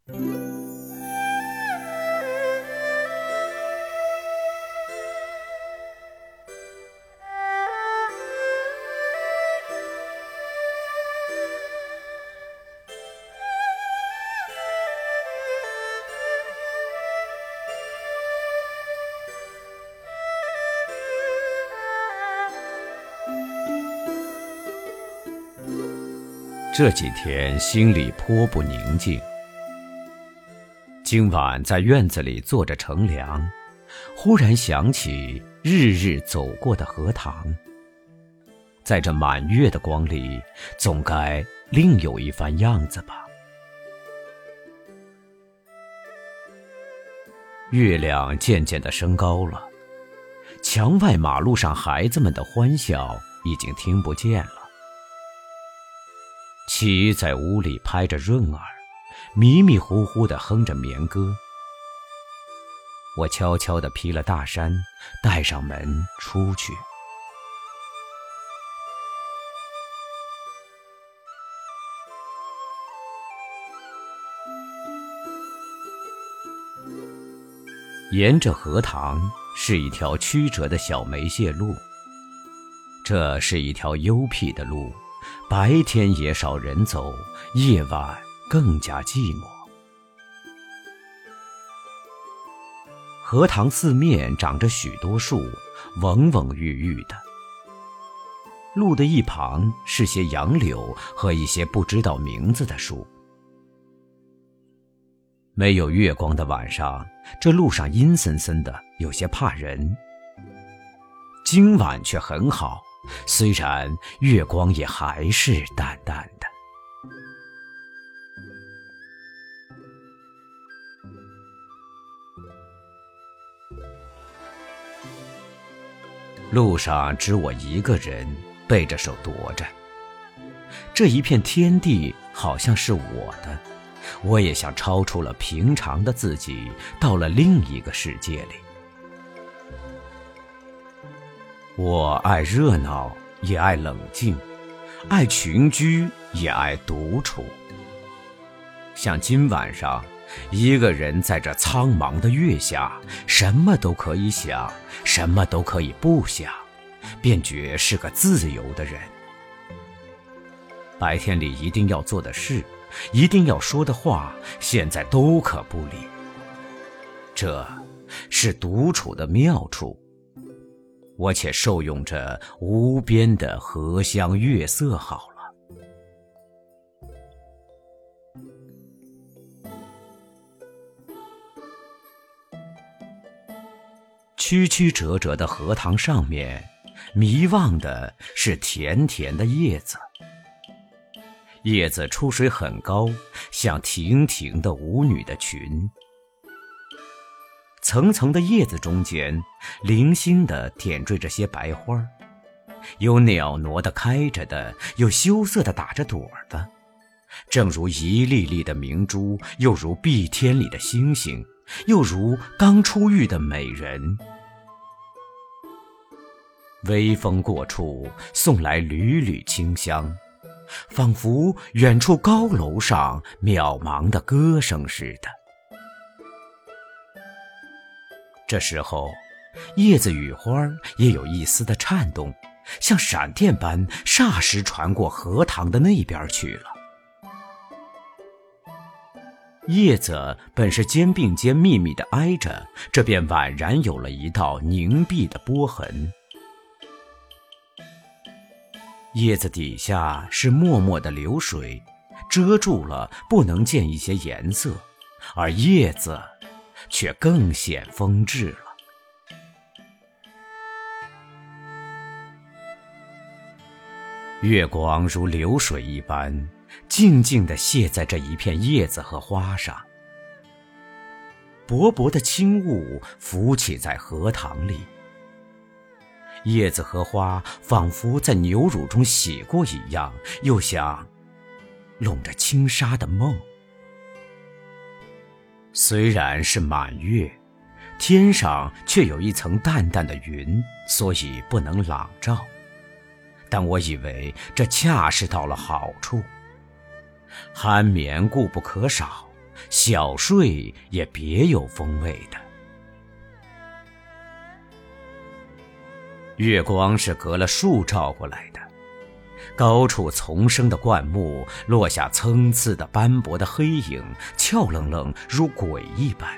这几天心里颇不宁静。今晚在院子里坐着乘凉，忽然想起日日走过的荷塘，在这满月的光里，总该另有一番样子吧。月亮渐渐地升高了，墙外马路上孩子们的欢笑已经听不见了。妻在屋里拍着闰儿，迷迷糊糊地哼着眠歌。我悄悄地披了大衫，带上门出去。沿着荷塘是一条曲折的小梅屑路，这是一条幽僻的路，白天也少人走，夜晚更加寂寞。荷塘四面长着许多树，蓊蓊郁郁的。路的一旁是些杨柳和一些不知道名字的树。没有月光的晚上，这路上阴森森的，有些怕人。今晚却很好，虽然月光也还是淡淡的。路上只我一个人，背着手踱着。这一片天地好像是我的，我也像超出了平常的自己，到了另一个世界里。我爱热闹，也爱冷静，爱群居，也爱独处。像今晚上，一个人在这苍茫的月下，什么都可以想，什么都可以不想，便觉是个自由的人。白天里一定要做的事，一定要说的话，现在都可不理。这是独处的妙处，我且受用着无边的荷香月色好了。曲曲折折的荷塘上面，迷望的是甜甜的叶子。叶子出水很高，像亭亭的舞女的裙。层层的叶子中间，零星地点缀着些白花，有袅娜地开着的，有羞涩地打着朵的，正如一粒粒的明珠，又如碧天里的星星，又如刚出浴的美人。微风过处，送来缕缕清香，仿佛远处高楼上渺茫的歌声似的。这时候，叶子与花也有一丝的颤动，像闪电般霎时传过荷塘的那边去了。叶子本是肩并肩密密地挨着，这便宛然有了一道凝碧的波痕。叶子底下是脉脉的流水，遮住了不能见一些颜色，而叶子却更显风致了。月光如流水一般，静静地泻在这一片叶子和花上。薄薄的轻雾浮起在荷塘里，叶子和花仿佛在牛乳中洗过一样，又像笼着轻纱的梦。虽然是满月，天上却有一层淡淡的云，所以不能朗照。但我以为这恰是到了好处。酣眠固不可少， 小睡也别有风味的。月光是隔了树照过来的，高处丛生的灌木落下参差的斑驳的黑影，俏愣愣如鬼一般。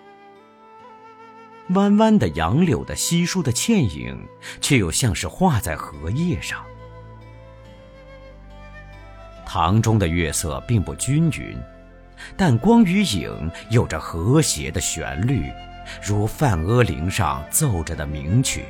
弯弯的杨柳的稀疏的倩影，却又像是画在荷叶上。塘中的月色并不均匀，但光与影有着和谐的旋律，如梵阿铃上奏着的名曲。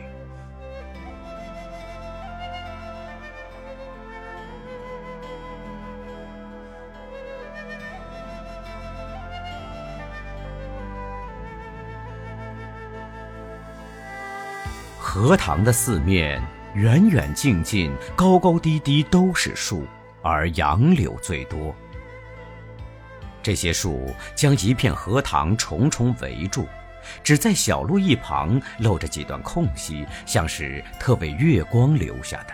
荷塘的四面，远远近近，高高低低都是树，而杨柳最多。这些树将一片荷塘重重围住，只在小路一旁露着几段空隙，像是特为月光留下的。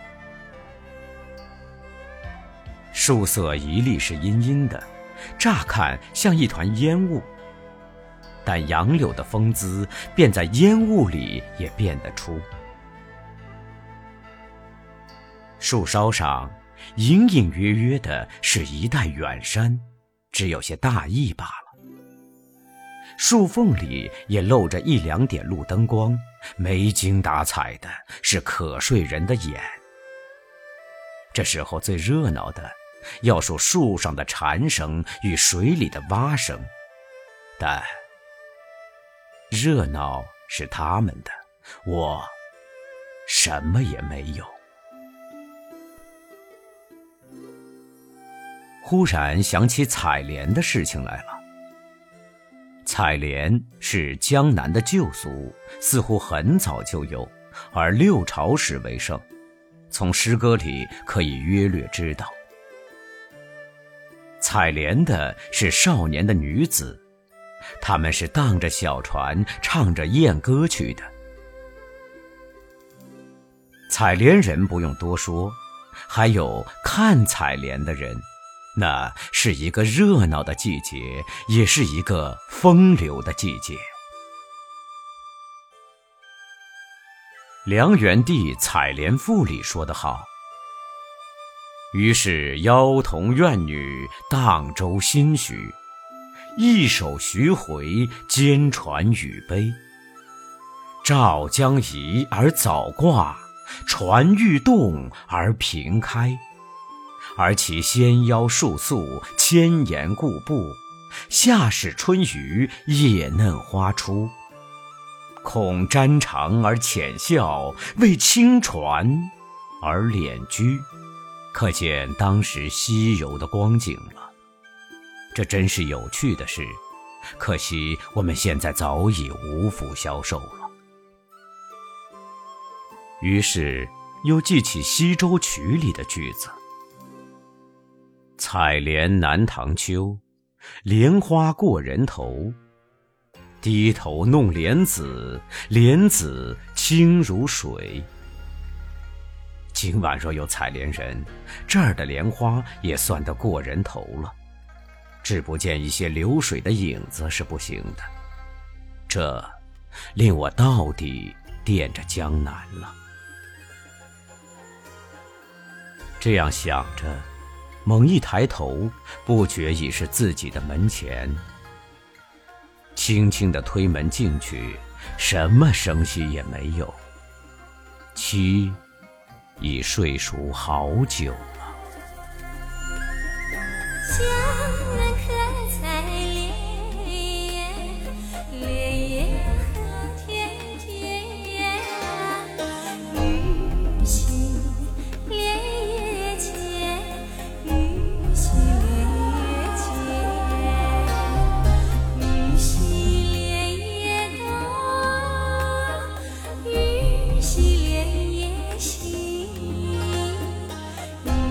树色一粒是阴阴的，乍看像一团烟雾，但杨柳的风姿便在烟雾里也辨得出。树梢上隐隐约约的是一带远山，只有些大意罢了。树缝里也露着一两点路灯光，没精打采的，是可睡人的眼。这时候最热闹的要数树上的蝉声与水里的蛙声，但热闹是他们的，我什么也没有。忽然想起采莲的事情来了。采莲是江南的旧俗，似乎很早就有，而六朝时为盛，从诗歌里可以约略知道。采莲的是少年的女子，他们是荡着小船，唱着艳歌去的。采莲人不用多说，还有看采莲的人，那是一个热闹的季节，也是一个风流的季节。梁元帝《采莲赋》里说得好：于是妖童怨女荡舟心许，一首徐回，兼传语悲。棹将移而早挂，船欲动而平开。而其纤腰束素，千言固步。夏始春雨，叶嫩花初。恐沾裳而浅笑，为轻船而敛居。可见当时西游的光景了。这真是有趣的事，可惜我们现在早已无福消受了。于是又记起西洲曲里的句子：采莲南塘秋，莲花过人头。低头弄莲子，莲子清如水。今晚若有采莲人，这儿的莲花也算得过人头了。只不见一些流水的影子是不行的，这令我到底惦着江南了。这样想着，猛一抬头，不觉已是自己的门前。轻轻地推门进去，什么声息也没有。妻已睡熟好久了。 江南可采莲，莲叶何田间。玉溪莲叶间，玉溪莲叶间。玉溪莲叶东，玉溪莲叶西。玉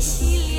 淅沥沥。